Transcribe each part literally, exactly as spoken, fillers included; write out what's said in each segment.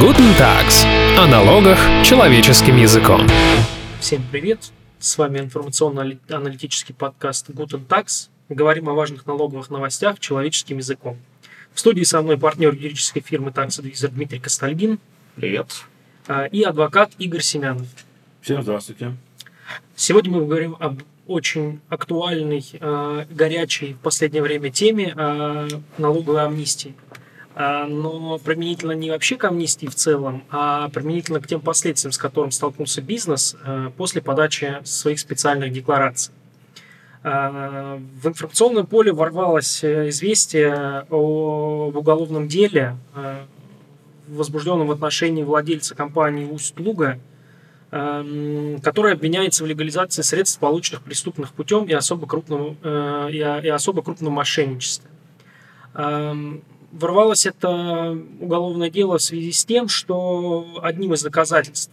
Guten Tags. О налогах человеческим языком. Всем привет! С вами информационно-аналитический подкаст Guten Tags. Говорим о важных налоговых новостях человеческим языком. В студии со мной партнер юридической фирмы Tax Advisor Дмитрий Костальгин. Привет. И адвокат Игорь Семянов. Всем здравствуйте. Сегодня мы говорим об очень актуальной, горячей в последнее время теме налоговой амнистии. Но применительно не вообще к амнистии в целом, а применительно к тем последствиям, с которым столкнулся бизнес после подачи своих специальных деклараций. В информационное поле ворвалось известие о уголовном деле, возбужденном в отношении владельца компании «Усть-Луга», который обвиняется в легализации средств, полученных преступным путем и особо крупном, и особо крупном мошенничестве. Ворвалось это уголовное дело в связи с тем, что одним из доказательств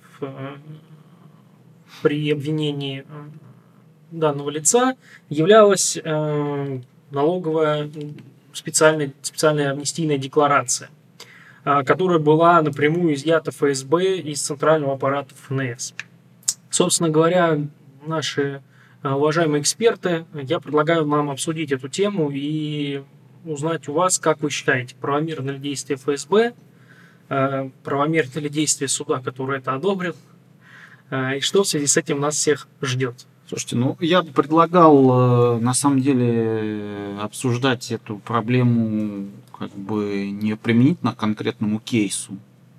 при обвинении данного лица являлась налоговая специальная, специальная амнистийная декларация, которая была напрямую изъята эф эс бэ из центрального аппарата эф эн эс. Собственно говоря, наши уважаемые эксперты, я предлагаю нам обсудить эту тему и узнать у вас, как вы считаете, правомерно ли действие эф эс бэ, правомерно ли действие суда, который это одобрил, и что в связи с этим нас всех ждет. Слушайте, ну я бы предлагал на самом деле обсуждать эту проблему как бы не применительно к конкретному кейсу,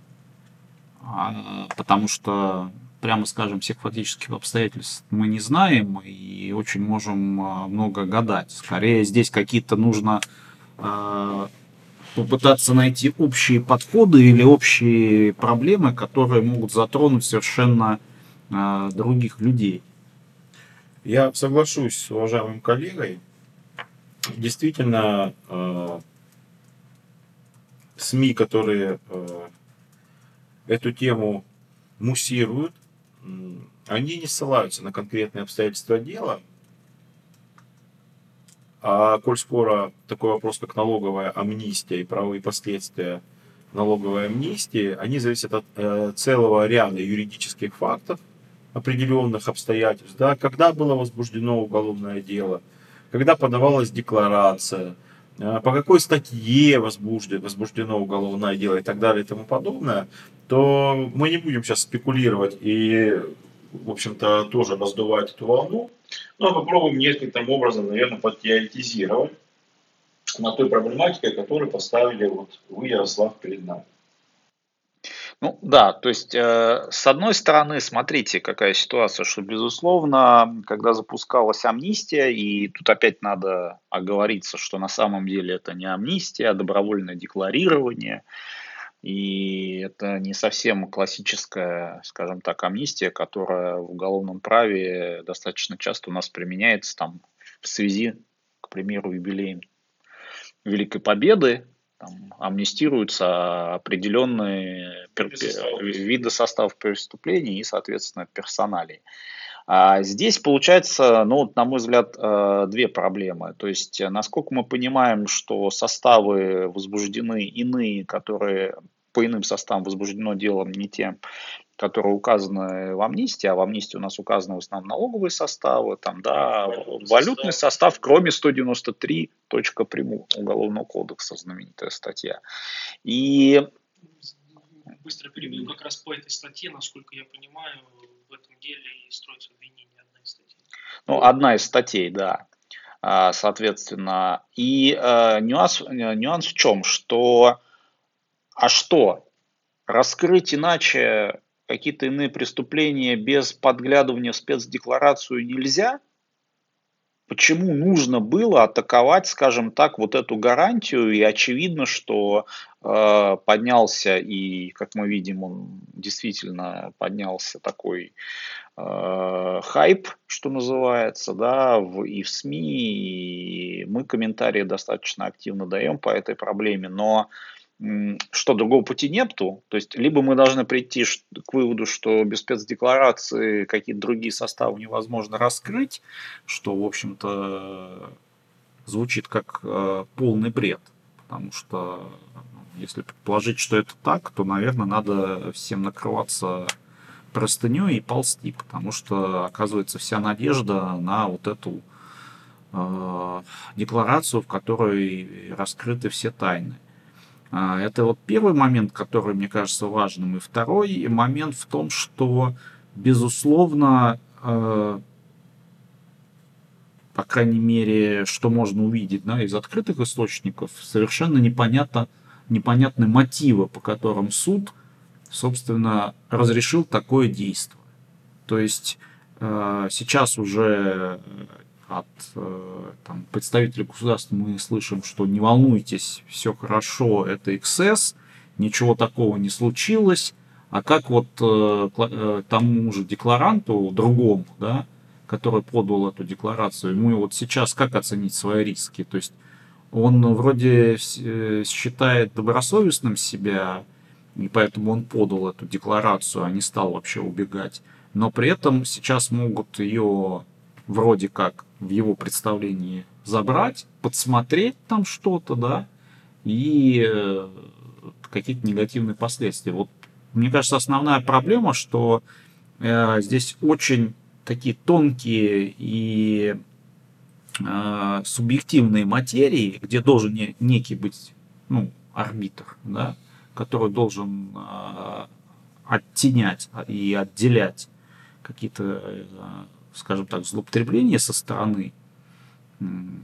а, потому что, прямо скажем, всех фактических обстоятельств мы не знаем и очень можем много гадать. Скорее здесь какие-то нужно а, попытаться найти общие подходы или общие проблемы, которые могут затронуть совершенно а, других людей. Я соглашусь с уважаемым коллегой. Действительно, э, СМИ, которые э, эту тему муссируют, э, они не ссылаются на конкретные обстоятельства дела. А коль скоро такой вопрос, как налоговая амнистия и правовые последствия налоговой амнистии, они зависят от э, целого ряда юридических фактов, определенных обстоятельств, да, когда было возбуждено уголовное дело, когда подавалась декларация, по какой статье возбуждено, возбуждено уголовное дело и так далее и тому подобное, то мы не будем сейчас спекулировать и, в общем-то, тоже раздувать эту волну, но попробуем нескольким образом, наверное, подтеоретизировать на той проблематике, которую поставили вот вы, Ярослав, перед нами. Ну да, то есть э, с одной стороны, смотрите, какая ситуация, что безусловно, когда запускалась амнистия, и тут опять надо оговориться, что на самом деле это не амнистия, а добровольное декларирование, и это не совсем классическая, скажем так, амнистия, которая в уголовном праве достаточно часто у нас применяется там в связи, к примеру, юбилеем Великой Победы. Там амнистируются определенные пер... виды составов преступлений и, соответственно, персоналии. А здесь получается, ну, на мой взгляд, две проблемы. То есть, насколько мы понимаем, что составы возбуждены иные, которые по иным составам возбуждено делом не тем, которые указаны в амнистии, а в амнистии у нас указаны в основном налоговые составы, там, да, валютный, валютный состав, состав, кроме сто девяносто три точка прямого Уголовного кодекса, знаменитая статья. И быстро перебью, как раз по этой статье, насколько я понимаю, в этом деле и строится обвинение одна из статей. Ну, одна из статей, да, соответственно. И э, нюанс, нюанс в чем, что, а что, раскрыть иначе какие-то иные преступления без подглядывания в спецдекларацию нельзя? Почему нужно было атаковать, скажем так, вот эту гарантию? И очевидно, что э, поднялся, и, как мы видим, он действительно поднялся такой э, хайп, что называется, да, в, и в СМИ, и мы комментарии достаточно активно даем по этой проблеме, но что, другого пути нету? То есть, либо мы должны прийти к выводу, что без спецдекларации какие-то другие составы невозможно раскрыть, что, в общем-то, звучит как э, полный бред, потому что если предположить, что это так, то, наверное, надо всем накрываться простыней и ползти, потому что, оказывается, вся надежда на вот эту э, декларацию, в которой раскрыты все тайны. А, это вот первый момент, который, мне кажется, важным. И второй момент в том, что, безусловно, э, по крайней мере, что можно увидеть, да, из открытых источников, совершенно непонятно, непонятны мотивы, по которым суд, собственно, разрешил такое действие. То есть э, сейчас уже от э, там, представителей государства мы слышим, что не волнуйтесь, все хорошо, это эксцесс, ничего такого не случилось. А как вот э, э, тому же декларанту, другому, да, который подал эту декларацию, ему вот сейчас как оценить свои риски? То есть он вроде считает добросовестным себя, и поэтому он подал эту декларацию, а не стал вообще убегать. Но при этом сейчас могут ее вроде как в его представлении забрать, подсмотреть там что-то, да, и э, какие-то негативные последствия. Вот мне кажется, основная проблема, что э, здесь очень такие тонкие и э, субъективные материи, где должен не, некий быть, ну, арбитр, да, который должен э, оттенять и отделять какие-то, э, скажем так, злоупотребления со стороны э,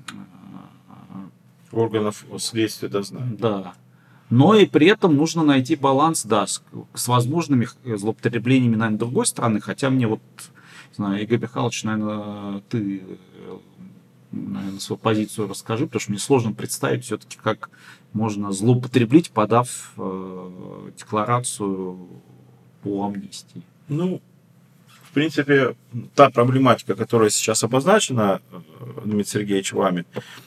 органов следствия дознания. Да. Но и при этом нужно найти баланс, да, с, с возможными злоупотреблениями, наверное, другой стороны, хотя мне вот, не знаю, Игорь Михайлович, наверное, ты, наверное, свою позицию расскажи, потому что мне сложно представить все-таки, как можно злоупотребить, подав э, декларацию по амнистии. Ну, в принципе, та проблематика, которая сейчас обозначена, Дмитрий Сергеевич, вами,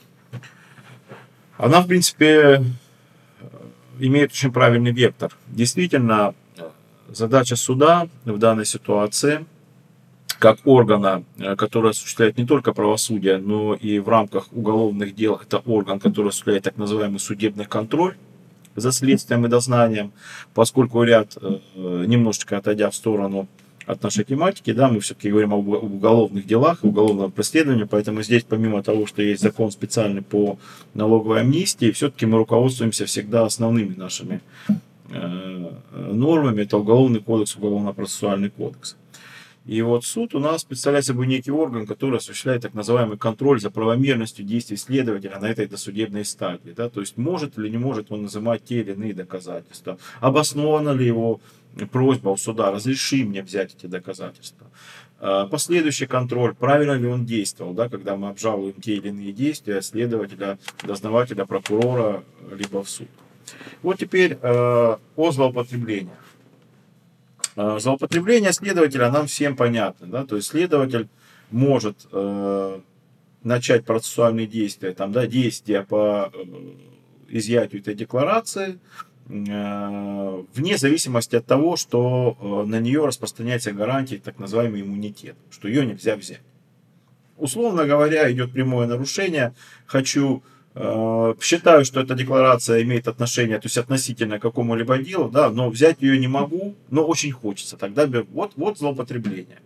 она, в принципе, имеет очень правильный вектор. Действительно, задача суда в данной ситуации, как органа, который осуществляет не только правосудие, но и в рамках уголовных дел, это орган, который осуществляет так называемый судебный контроль за следствием и дознанием, поскольку ряд, немножечко отойдя в сторону от нашей тематики, да, мы все-таки говорим об уголовных делах, уголовном преследовании, поэтому здесь, помимо того, что есть закон специальный по налоговой амнистии, все-таки мы руководствуемся всегда основными нашими э, нормами, это Уголовный кодекс, Уголовно-процессуальный кодекс. И вот суд у нас представляет собой некий орган, который осуществляет так называемый контроль за правомерностью действий следователя на этой досудебной стадии. Да? То есть может или не может он называть те или иные доказательства, обоснована ли его просьба у суда, разреши мне взять эти доказательства. Последующий контроль, правильно ли он действовал, да, когда мы обжалуем те или иные действия следователя, дознавателя, прокурора, либо в суд. Вот теперь э, о злоупотреблениях. Э, злоупотребление следователя нам всем понятно. Да? То есть следователь может э, начать процессуальные действия, там, да, действия по э, изъятию этой декларации, вне зависимости от того, что на нее распространяется гарантия, так называемый иммунитет, что ее нельзя взять. Условно говоря, идет прямое нарушение. Хочу, э, считаю, что эта декларация имеет отношение, то есть относительно к какому-либо делу, да, но взять ее не могу, но очень хочется. Тогда вот, вот злоупотребление.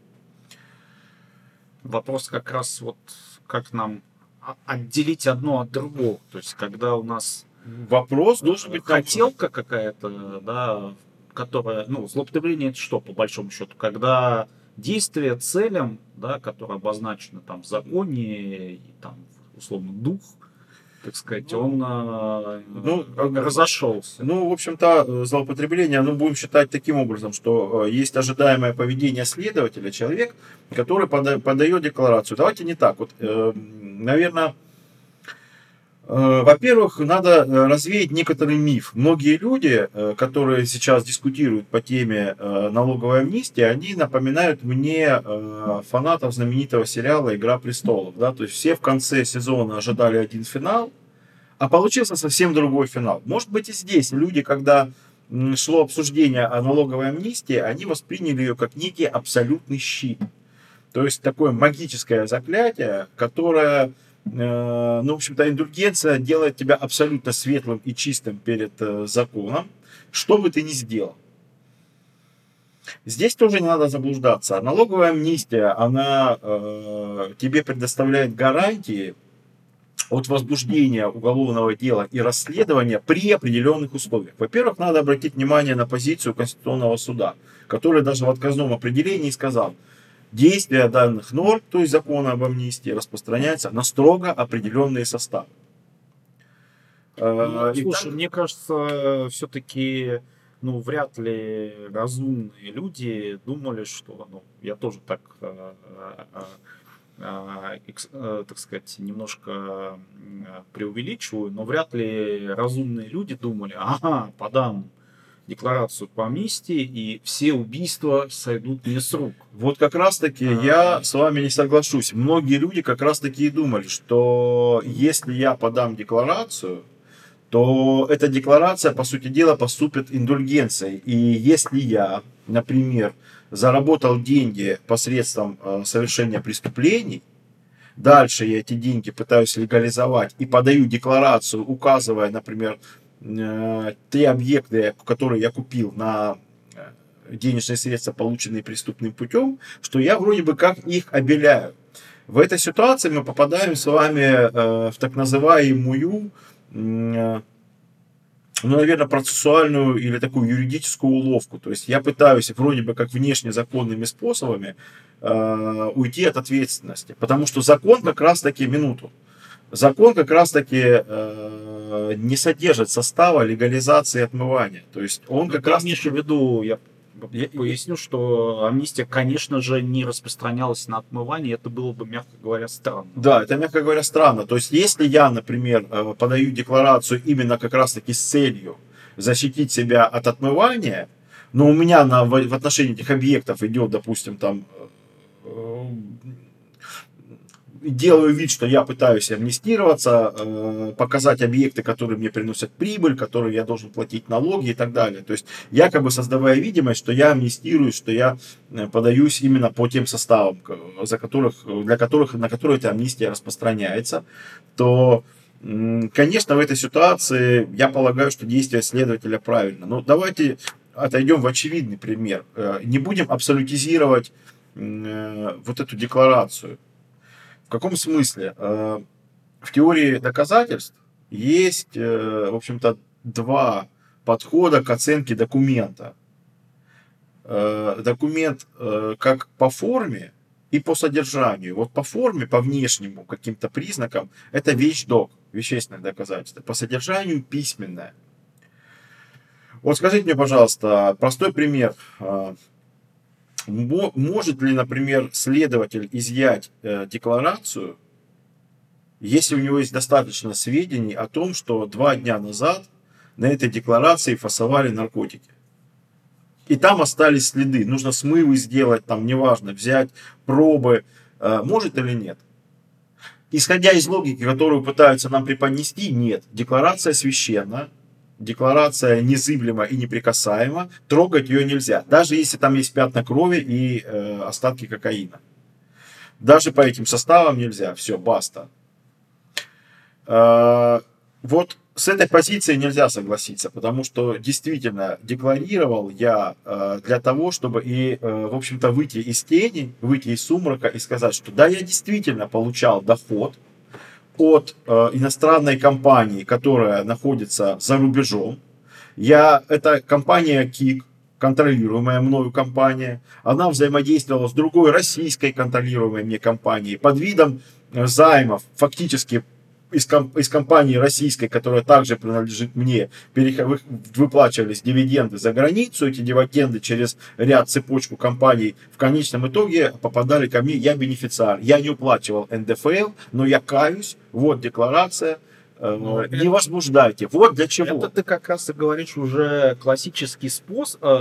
Вопрос как раз вот как нам отделить одно от другого. То есть когда у нас Вопрос должен быть хотелка какая-то, да, которая, ну, злоупотребление это что, по большому счету, когда действие целям, да, которые обозначены там в законе, и там, условно, дух, так сказать, он ну, разошелся. Ну, в общем-то, злоупотребление, ну, будем считать таким образом, что есть ожидаемое поведение следователя, человек, который подает декларацию. Давайте не так, вот, наверное, во-первых, надо развеять некоторый миф. Многие люди, которые сейчас дискутируют по теме налоговой амнистии, они напоминают мне фанатов знаменитого сериала «Игра престолов». Да? То есть все в конце сезона ожидали один финал, а получился совсем другой финал. Может быть и здесь люди, когда шло обсуждение о налоговой амнистии, они восприняли ее как некий абсолютный щит. То есть такое магическое заклятие, которое э, ну, в общем-то, индульгенция делает тебя абсолютно светлым и чистым перед э, законом, что бы ты ни сделал. Здесь тоже не надо заблуждаться. Налоговая амнистия, она э, тебе предоставляет гарантии от возбуждения уголовного дела и расследования при определенных условиях. Во-первых, надо обратить внимание на позицию Конституционного суда, который даже в отказном определении сказал, действие данных норм, то есть закона об амнистии, распространяется на строго определенные составы. Ну, И слушай, так- мне кажется, все-таки, ну, вряд ли разумные люди думали, что, ну, я тоже так, э, э, э, экс- э, так сказать, немножко м, э, преувеличиваю, но вряд ли разумные люди думали, ага, подам декларацию по амнистии, и все убийства сойдут мне с рук. Вот как раз таки А. я с вами не соглашусь. Многие люди как раз таки и думали, что если я подам декларацию, то эта декларация, по сути дела, поступит индульгенцией. И если я, например, заработал деньги посредством э, совершения преступлений, дальше я эти деньги пытаюсь легализовать и подаю декларацию, указывая, например, э, те объекты, которые я купил на э, денежные средства, полученные преступным путем, что я вроде бы как их обеляю. В этой ситуации мы попадаем с вами э, в так называемую, м, ну, наверное, процессуальную или такую юридическую уловку. То есть я пытаюсь вроде бы как внешне законными способами э, уйти от ответственности. Потому что закон как раз таки, минуту, закон как раз таки э, не содержит состава легализации отмывания. То есть он Ну, как ты раз имеешь таки... в виду, я Я- поясню, что амнистия, конечно же, не распространялась на отмывание, это было бы, мягко говоря, странно. Да, это, мягко говоря, странно. То есть, если я, например, э, подаю декларацию именно как раз-таки с целью защитить себя от отмывания, но у меня на, в в отношении этих объектов идет, допустим, там, э, делаю вид, что я пытаюсь амнистироваться, э, показать объекты, которые мне приносят прибыль, которые я должен платить налоги и так далее. То есть, якобы создавая видимость, что я амнистируюсь, что я э, подаюсь именно по тем составам, к- за которых, для которых, на которые эта амнистия распространяется, то, м, конечно, в этой ситуации я полагаю, что действие следователя правильно. Но давайте отойдем в очевидный пример. Э, Не будем абсолютизировать м, э, вот эту декларацию. В каком смысле? Э, В теории доказательств есть, э, в общем-то, два подхода к оценке документа. Э, Документ э, как по форме и по содержанию. Вот по форме, по внешнему каким-то признакам, это вещдок, вещественное доказательство. По содержанию письменное. Вот скажите мне, пожалуйста, простой пример. Э, мо- Может ли, например, следователь изъять э, декларацию, если у него есть достаточно сведений о том, что два дня назад на этой декларации фасовали наркотики? И там остались следы. Нужно смывы сделать, там, неважно, взять пробы. Э, Может или нет? Исходя из логики, которую пытаются нам преподнести, нет. Декларация священна, декларация незыблема и неприкасаема, трогать ее нельзя. Даже если там есть пятна крови и э, остатки кокаина. Даже по этим составам нельзя. Все, баста. Э, Вот с этой позицией нельзя согласиться, потому что действительно декларировал я э, для того, чтобы и, э, в общем-то, выйти из тени, выйти из сумрака и сказать, что да, я действительно получал доход от э, иностранной компании, которая находится за рубежом. Я, это компания КИК, контролируемая мною компания, она взаимодействовала с другой российской контролируемой мне компанией под видом э, займов, фактически из, ком- из компании российской, которая также принадлежит мне, перех- вы- выплачивались дивиденды за границу, эти дивиденды через ряд цепочку компаний в конечном итоге попадали ко мне, я бенефициар, я не уплачивал эн дэ эф эл, но я каюсь, вот декларация, э, Ну, не это- возбуждайте, вот для чего. Это ты как раз и говоришь уже классический способ, э,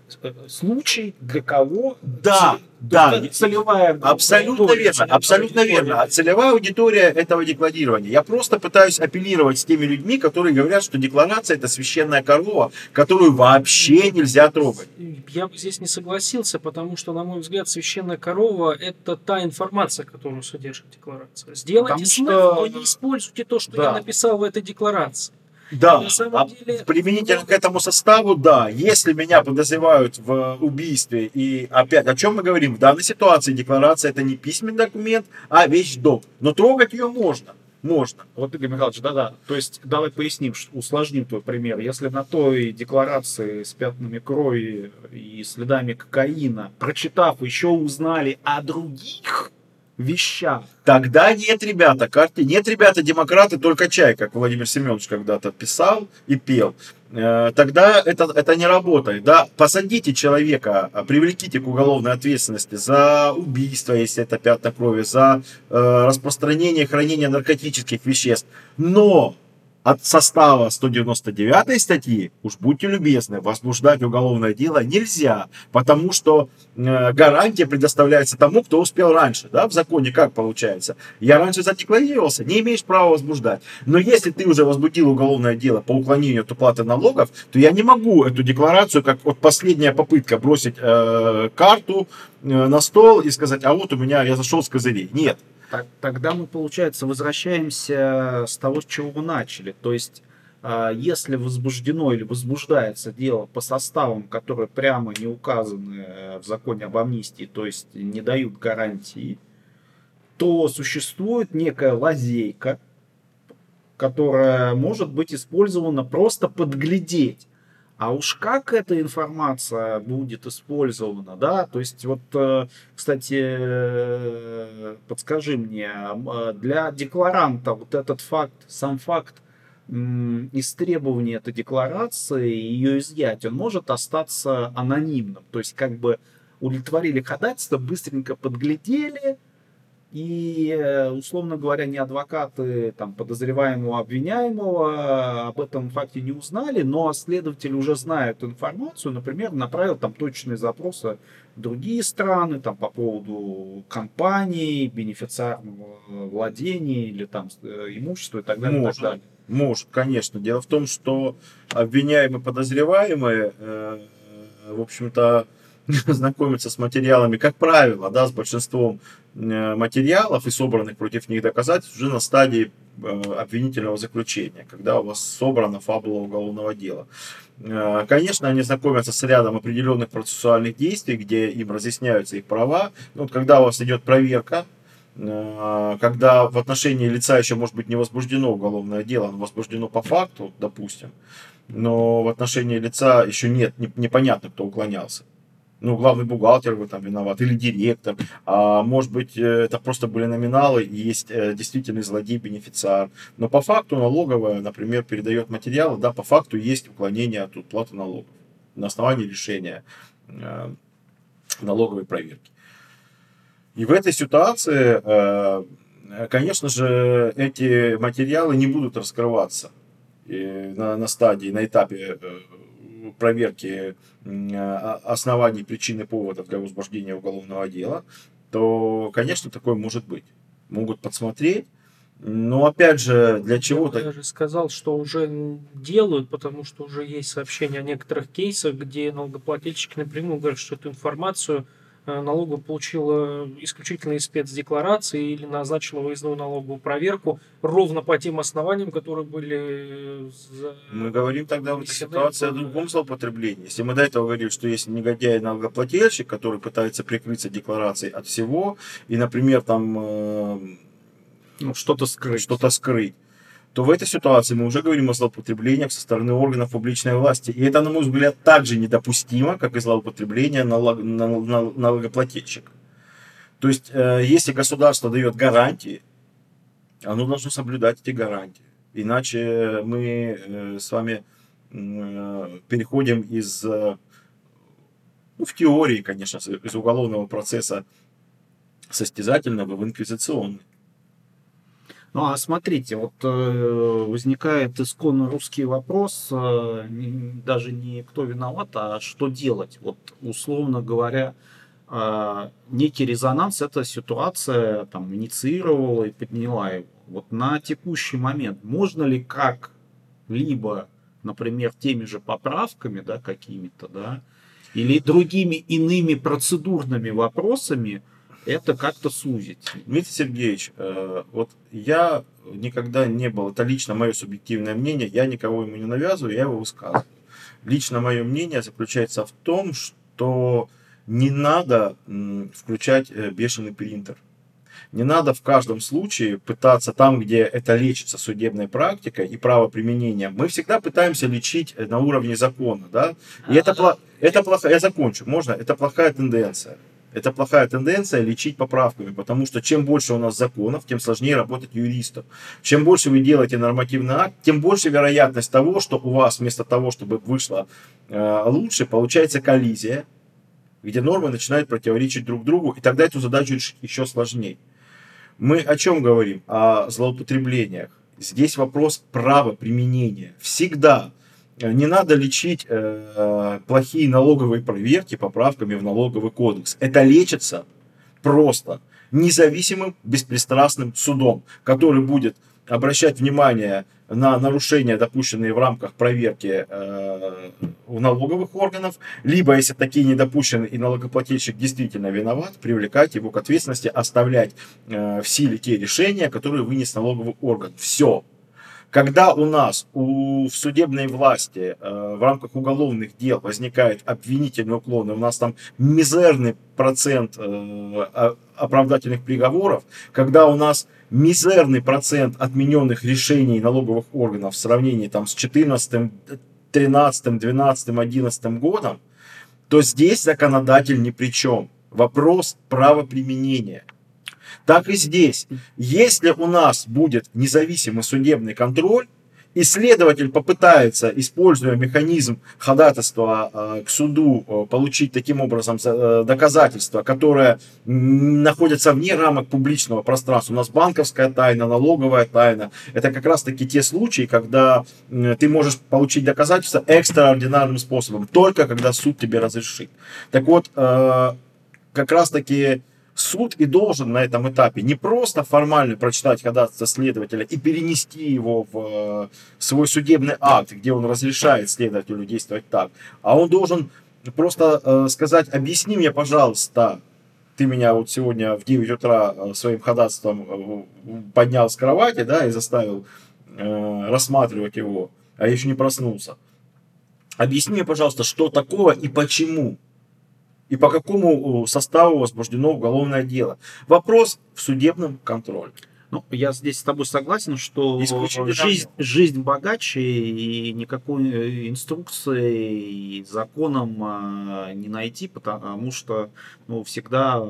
случай, для кого... Да, ц- да, то есть целевая... абсолютно аудитория, верно, целевая абсолютно аудитория. верно. А целевая аудитория этого декларирования. Я просто пытаюсь апеллировать с теми людьми, которые говорят, что декларация это священная корова, которую вообще нельзя трогать. Я бы здесь не согласился, потому что, на мой взгляд, священная корова – это та информация, которую содержит декларация. Сделайте Потому с что- но не используйте то, что Да. я написал в этой декларации. Да, На самом а деле- применительно к этому составу, да, если меня подозревают в убийстве, и опять, о чем мы говорим, в данной ситуации декларация это не письменный документ, а вещдок, но трогать ее можно, можно. Вот, Игорь Михайлович, да-да. То есть, давай поясним, ш- усложним твой пример. Если на той декларации с пятнами крови и следами кокаина, прочитав, еще узнали о других вещах, Тогда нет, ребята, карте, нет, ребята, демократы, только чай, как Владимир Семенович когда-то писал и пел. Э, Тогда это, это не работает. Да? Посадите человека, а, привлеките к уголовной ответственности за убийство, если это пятна крови, за э, распространение и хранение наркотических веществ. Но от состава сто девяносто девятой статьи, уж будьте любезны, возбуждать уголовное дело нельзя, потому что э, гарантия предоставляется тому, кто успел раньше. Да? В законе как получается? Я раньше задекларировался, не имеешь права возбуждать. Но если ты уже возбудил уголовное дело по уклонению от уплаты налогов, то я не могу эту декларацию, как вот последняя попытка, бросить э, карту э, на стол и сказать, а вот у меня, я зашел с козырей. Нет. так- тогда мы, получается, возвращаемся с того, с чего мы начали. То есть, а, если возбуждено или возбуждается дело по составам, которые прямо не указаны э, в законе об амнистии, то есть не дают гарантии, то существует некая лазейка, которая может быть использована просто подглядеть. А уж как эта информация будет использована, да, то есть вот, э, кстати, э, подскажи мне, э, для декларанта вот этот факт, сам факт м, истребования этой декларации и ее изъять, он может остаться анонимным, то есть как бы удовлетворили ходатайство, быстренько подглядели, и, э, условно говоря, ни адвокаты там, подозреваемого, обвиняемого об этом факте не узнали, но следователь уже знает информацию, например, направил там точные запросы в другие страны там, по поводу компаний, бенефициарного владения или там э, имущества и так далее. и так Может, далее. может, конечно. Дело в том, что обвиняемые, подозреваемые, э, в общем-то, знакомятся с материалами, как правило, да, с большинством э, материалов и собранных против них доказательств уже на стадии э, обвинительного заключения, когда у вас собрана фабула уголовного дела. Э, Конечно, они знакомятся с рядом определенных процессуальных действий, где им разъясняются их права. Ну, вот когда у вас идет проверка, э, когда в отношении лица еще может быть не возбуждено уголовное дело, оно возбуждено по факту, допустим, но в отношении лица еще нет, не- непонятно, кто уклонялся. Ну, главный бухгалтер вы там виноват, или директор, а может быть, э, это просто были номиналы, и есть э, действительный злодей-бенефициар. Но по факту налоговая, например, передает материалы, да, по факту есть уклонение от уплаты налогов на основании решения э, налоговой проверки. И в этой ситуации, э, конечно же, эти материалы не будут раскрываться и на, на стадии, на этапе э, проверки м, а- оснований, причин и поводов для возбуждения уголовного дела, то, конечно, такое может быть. Могут подсмотреть, но, опять же, для Я бы чего-то... даже сказал, что уже делают, потому что уже есть сообщения о некоторых кейсах, где налогоплательщики напрямую говорят, что эту информацию э, налоговая получила исключительно из спецдекларации или назначила выездную налоговую проверку ровно по тем основаниям, которые были э, за- Мы говорим тогда в этой внесены ситуации о в- другом злоупотреблении. Если мы до этого говорили, что есть негодяй налогоплательщик, который пытается прикрыться декларацией от всего, и, например, там э, Ну, что-то скрыть. что-то скрыть, то в этой ситуации мы уже говорим о злоупотреблениях со стороны органов публичной власти. И это, на мой взгляд, также недопустимо, как и злоупотребление налог- нал- нал- налогоплательщика. То есть, э, если государство дает гарантии, оно должно соблюдать эти гарантии. Иначе мы э, с вами э, переходим из, э, ну, в теории, конечно, с- из уголовного процесса состязательного в инквизиционный. Ну а смотрите, вот э, возникает исконно русский вопрос, э, не- даже не кто виноват, а что делать. Вот условно говоря, э, некий резонанс эта ситуация там инициировала и подняла его. Вот на текущий момент можно ли как-либо, например, теми же поправками, да, какими-то, да, или другими иными процедурными вопросами это как-то сузить? Дмитрий Сергеевич, э, вот я никогда не был, это лично мое субъективное мнение, я никого ему не навязываю, я его высказываю. Лично мое мнение заключается в том, что не надо м, включать э, бешеный принтер. Не надо в каждом случае пытаться там, где это лечится судебной практикой и правоприменением, мы всегда пытаемся лечить на уровне закона, да? И это, пла- это плохо, я закончу, можно? Это плохая тенденция. Это плохая тенденция лечить поправками, потому что чем больше у нас законов, тем сложнее работать юристам. Чем больше вы делаете нормативный акт, тем больше вероятность того, что у вас вместо того, чтобы вышло э, лучше, получается коллизия, где нормы начинают противоречить друг другу, и тогда эту задачу решить еще сложнее. Мы о чем говорим? О злоупотреблениях. Здесь вопрос правоприменения. Всегда не надо лечить э, плохие налоговые проверки поправками в налоговый кодекс. Это лечится просто независимым, беспристрастным судом, который будет обращать внимание на нарушения, допущенные в рамках проверки э, у налоговых органов, либо, если такие не допущены и налогоплательщик действительно виноват, привлекать его к ответственности, оставлять э, в силе те решения, которые вынес налоговый орган. Все. Когда у нас у, в судебной власти э, в рамках уголовных дел возникает обвинительный уклон, и у нас там мизерный процент э, оправдательных приговоров, когда у нас мизерный процент отмененных решений налоговых органов в сравнении там, с четырнадцатым, тринадцатым, двенадцатым, одиннадцатым годом, то здесь законодатель ни при чем. Вопрос правоприменения. Так и здесь. Если у нас будет независимый судебный контроль, и следователь попытается, используя механизм ходатайства э, к суду, э, получить таким образом э, доказательства, которые м, находятся вне рамок публичного пространства. У нас банковская тайна, налоговая тайна. Это как раз таки те случаи, когда э, ты можешь получить доказательства экстраординарным способом, только когда суд тебе разрешит. Так вот, э, как раз таки суд и должен на этом этапе не просто формально прочитать ходатайство следователя и перенести его в свой судебный акт, где он разрешает следователю действовать так, а он должен просто э, сказать: объясни мне, пожалуйста, ты меня вот сегодня в девять утра своим ходатайством поднял с кровати, да, и заставил э, рассматривать его, а я еще не проснулся. Объясни мне, пожалуйста, что такого и почему. И по какому составу возбуждено уголовное дело. Вопрос в судебном контроле. Ну, я здесь с тобой согласен, что Исключительно жизнь, жизнь богаче, и никакой инструкции и законом а, не найти, потому что ну, всегда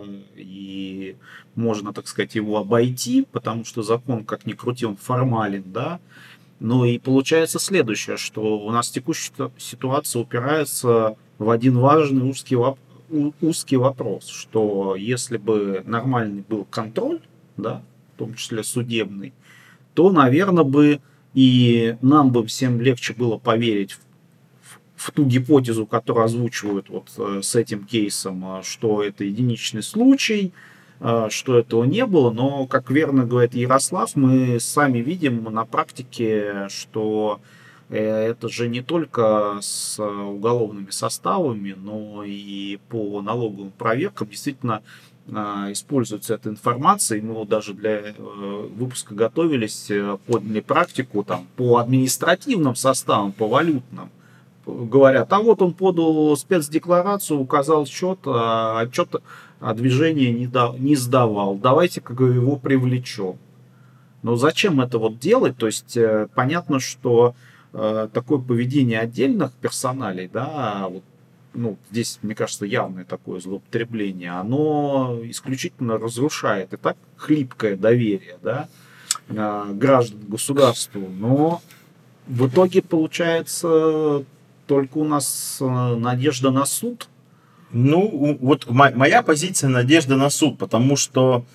и можно, так сказать, его обойти, потому что закон, как ни крути, он формален, да. Ну и получается следующее, что у нас текущая ситуация упирается в один важный узкий вопрос. узкий вопрос, что если бы нормальный был контроль, да, в том числе судебный, то, наверное, бы и нам бы всем легче было поверить в, в, в ту гипотезу, которую озвучивают вот с этим кейсом, что это единичный случай, что этого не было, но, как верно говорит Ярослав, мы сами видим на практике, что это же не только с уголовными составами, но и по налоговым проверкам действительно используется эта информация. И мы вот даже для выпуска готовились, подняли практику там, по административным составам, по валютным. Говорят, а вот он подал спецдекларацию, указал счет, а отчет о движении не, да, не сдавал. Давайте-ка его привлечем. Но зачем это вот делать? То есть понятно, что такое поведение отдельных персоналей, да, вот, ну, здесь, мне кажется, явное такое злоупотребление, оно исключительно разрушает и так хлипкое доверие, да, граждан к государству, но в итоге получается только у нас надежда на суд. Ну, вот моя позиция — надежда на суд, потому что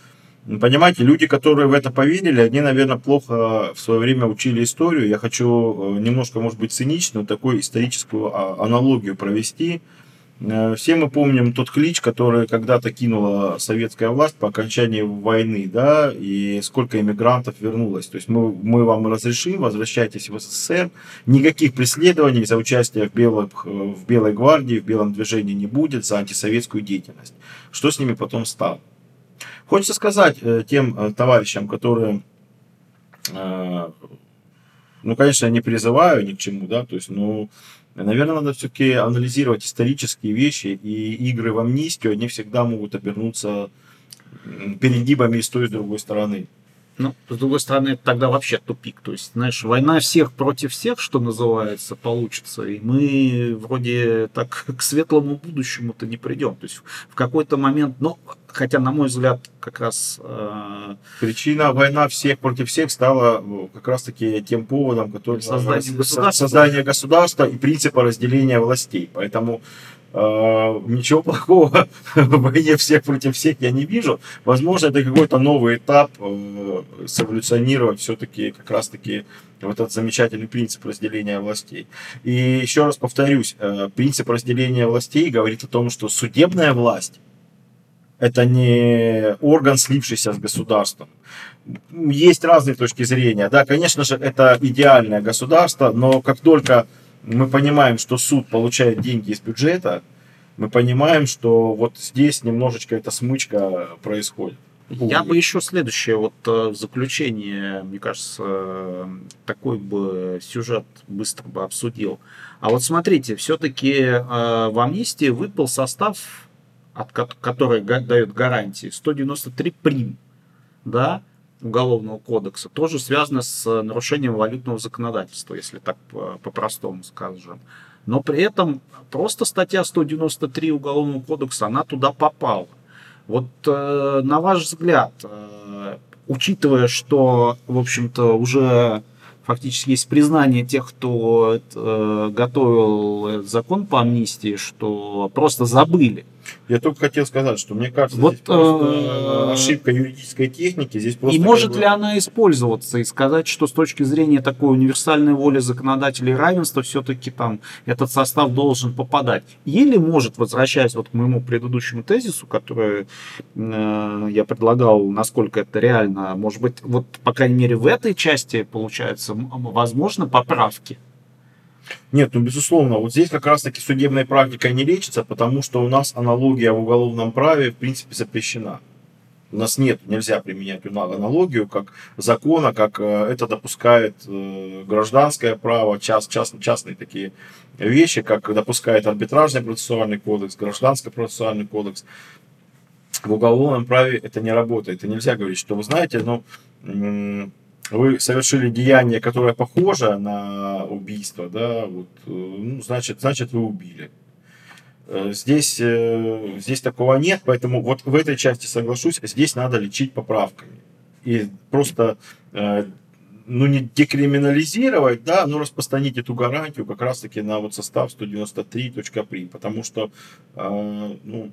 Понимаете, люди, которые в это поверили, они, наверное, плохо в свое время учили историю. Я хочу немножко, может быть, циничную такую историческую аналогию провести. Все мы помним тот клич, который когда-то кинула советская власть по окончании войны, да, и сколько иммигрантов вернулось. То есть мы, мы вам разрешим, возвращайтесь в СССР, никаких преследований за участие в, белой, в Белой гвардии, в Белом движении не будет, за антисоветскую деятельность. Что с ними потом стало? Хочется сказать тем товарищам, которые, ну, конечно, я не призываю ни к чему, да, то есть, ну, наверное, надо все-таки анализировать исторические вещи, и игры в амнистию, они всегда могут обернуться перегибами и с той, и с другой стороны. Ну, с другой стороны, это тогда вообще тупик. То есть, знаешь, война всех против всех, что называется, получится. И мы вроде так к светлому будущему-то не придем. То есть в какой-то момент, ну, хотя, на мой взгляд, как раз... Э... Причина война всех против всех стала как раз-таки тем поводом, который... Создание государства. Создание государства и принципа разделения властей. Поэтому Uh, ничего плохого в войне всех против всех я не вижу. Возможно, это какой-то новый этап uh, эволюционировать все-таки как раз-таки в этот замечательный принцип разделения властей. И еще раз повторюсь, uh, принцип разделения властей говорит о том, что судебная власть это не орган, слившийся с государством. Есть разные точки зрения. Да, конечно же, это идеальное государство, но как только мы понимаем, что суд получает деньги из бюджета, мы понимаем, что вот здесь немножечко эта смычка происходит. Я бы еще следующее, вот в заключение, мне кажется, такой бы сюжет быстро бы обсудил. А вот смотрите, все-таки в амнистии выпал состав, от который дает гарантии, сто девяносто три прим, да, Уголовного кодекса, тоже связано с нарушением валютного законодательства, если так по-простому скажем. Но при этом просто статья сто девяносто три Уголовного кодекса, она туда попала. Вот э, на ваш взгляд, э, учитывая, что, в общем-то, уже фактически есть признание тех, кто э, готовил закон по амнистии, что просто забыли. Я только хотел сказать, что мне кажется, вот, здесь просто э, ошибка юридической техники. Здесь просто и может бы... ли она использоваться и сказать, что с точки зрения такой универсальной воли законодателей равенства все-таки там этот состав должен попадать? Или может, возвращаясь вот к моему предыдущему тезису, который э, я предлагал, насколько это реально, может быть, вот по крайней мере в этой части получается возможно поправки? Нет, ну безусловно, вот здесь как раз таки судебная практика не лечится, потому что у нас аналогия в уголовном праве в принципе запрещена. У нас нет, нельзя применять аналогию как закона, как это допускает гражданское право, част, част, частные такие вещи, как допускает арбитражный процессуальный кодекс, гражданский процессуальный кодекс. В уголовном праве это не работает. И нельзя говорить, что вы знаете, ну... вы совершили деяние, которое похоже на убийство, да, вот, ну, значит, значит, вы убили. Здесь, здесь такого нет, поэтому вот в этой части соглашусь, здесь надо лечить поправками. И просто, ну, не декриминализировать, да, но распространить эту гарантию как раз-таки на вот состав сто девяносто три точка при, потому что, ну,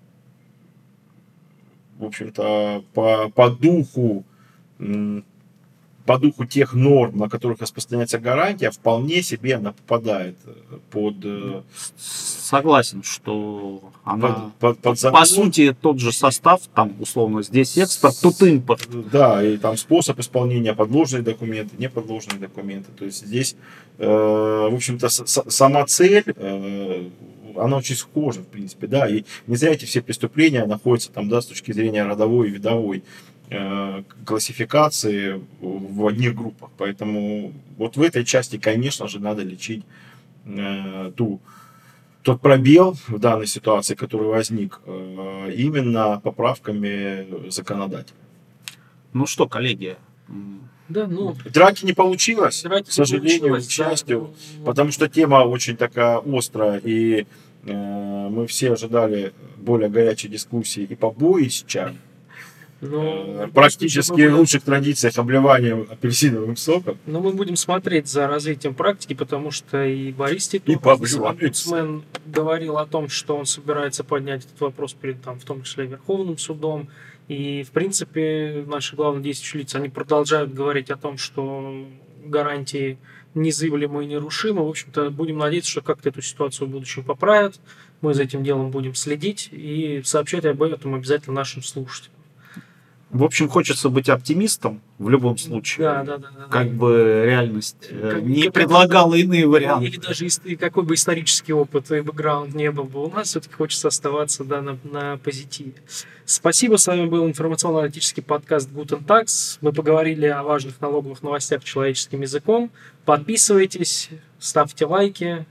в общем-то, по, по духу по духу тех норм, на которых распространяется гарантия, вполне себе она попадает под... Согласен, что она, под, под, под по сути, тот же состав, там, условно, здесь экспорт, тут импорт. Да, и там способ исполнения, подложные документы, неподложные документы. То есть здесь, э, в общем-то, с- сама цель, э, она очень схожа, в принципе, да, и не зря эти все преступления находятся там, да, с точки зрения родовой и видовой классификации в одних группах. Поэтому вот в этой части, конечно же, надо лечить э, ту, тот пробел в данной ситуации, который возник, э, именно поправками законодателя. Ну что, коллеги? Да, ну, Драки не получилось, драки к сожалению, получилось, к счастью, да. потому что тема очень такая острая, и э, мы все ожидали более горячей дискуссии и по боищам. Но Практически в будем, лучших традициях обливания апельсиновым соком. но мы будем смотреть за развитием практики, потому что и Борис И Титов, пообливаются. омбудсмен, говорил о том, что он собирается поднять этот вопрос перед, там, в том числе, Верховным судом. И, в принципе, наши главные действующие лица, они продолжают говорить о том, что гарантии незыблемы и нерушимы. В общем-то, будем надеяться, что как-то эту ситуацию в будущем поправят. Мы за этим делом будем следить и сообщать об этом обязательно нашим слушателям. В общем, хочется быть оптимистом в любом случае. Да, да, да. да как да. бы реальность как, не как, предлагала иные варианты. Или даже какой бы исторический опыт и бэкграунд не был бы, у нас все-таки хочется оставаться да, на, на позитиве. Спасибо, с вами был информационно-аналитический подкаст Guten Tags. Мы поговорили о важных налоговых новостях человеческим языком. Подписывайтесь, ставьте лайки,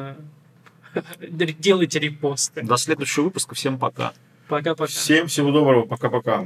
делайте репосты. До следующего выпуска. Всем пока. Пока-пока. Всем всего доброго. Пока-пока.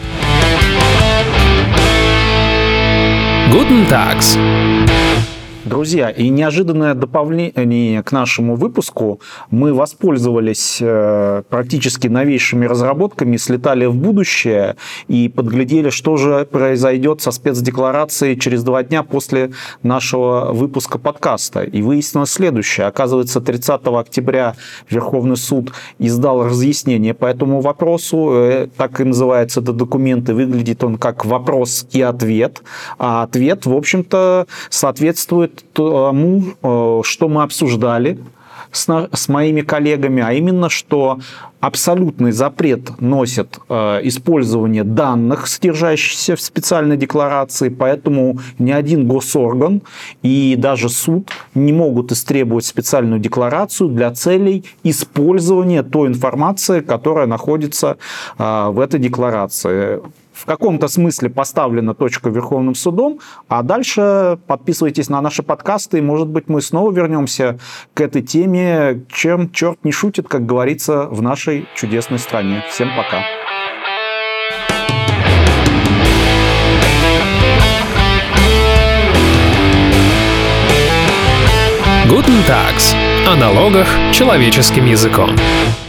Guten Tags. Друзья, и неожиданное дополнение к нашему выпуску. Мы воспользовались э, практически новейшими разработками, слетали в будущее и подглядели, что же произойдет со спецдекларацией через два дня после нашего выпуска подкаста. И выяснилось следующее. Оказывается, тридцатого октября Верховный суд издал разъяснение по этому вопросу. Э, так и называется этот документ, и выглядит он как вопрос и ответ. А ответ, в общем-то, соответствует тому, что мы обсуждали с, на, с моими коллегами, а именно, что абсолютный запрет носит э, использование данных, содержащихся в специальной декларации, поэтому ни один госорган и даже суд не могут истребовать специальную декларацию для целей использования той информации, которая находится э, в этой декларации. В каком-то смысле поставлена точка Верховным судом, а дальше подписывайтесь на наши подкасты, и, может быть, мы снова вернемся к этой теме, чем черт не шутит, как говорится, в нашей чудесной стране. Всем пока. Guten Tags. О налогах человеческим языком.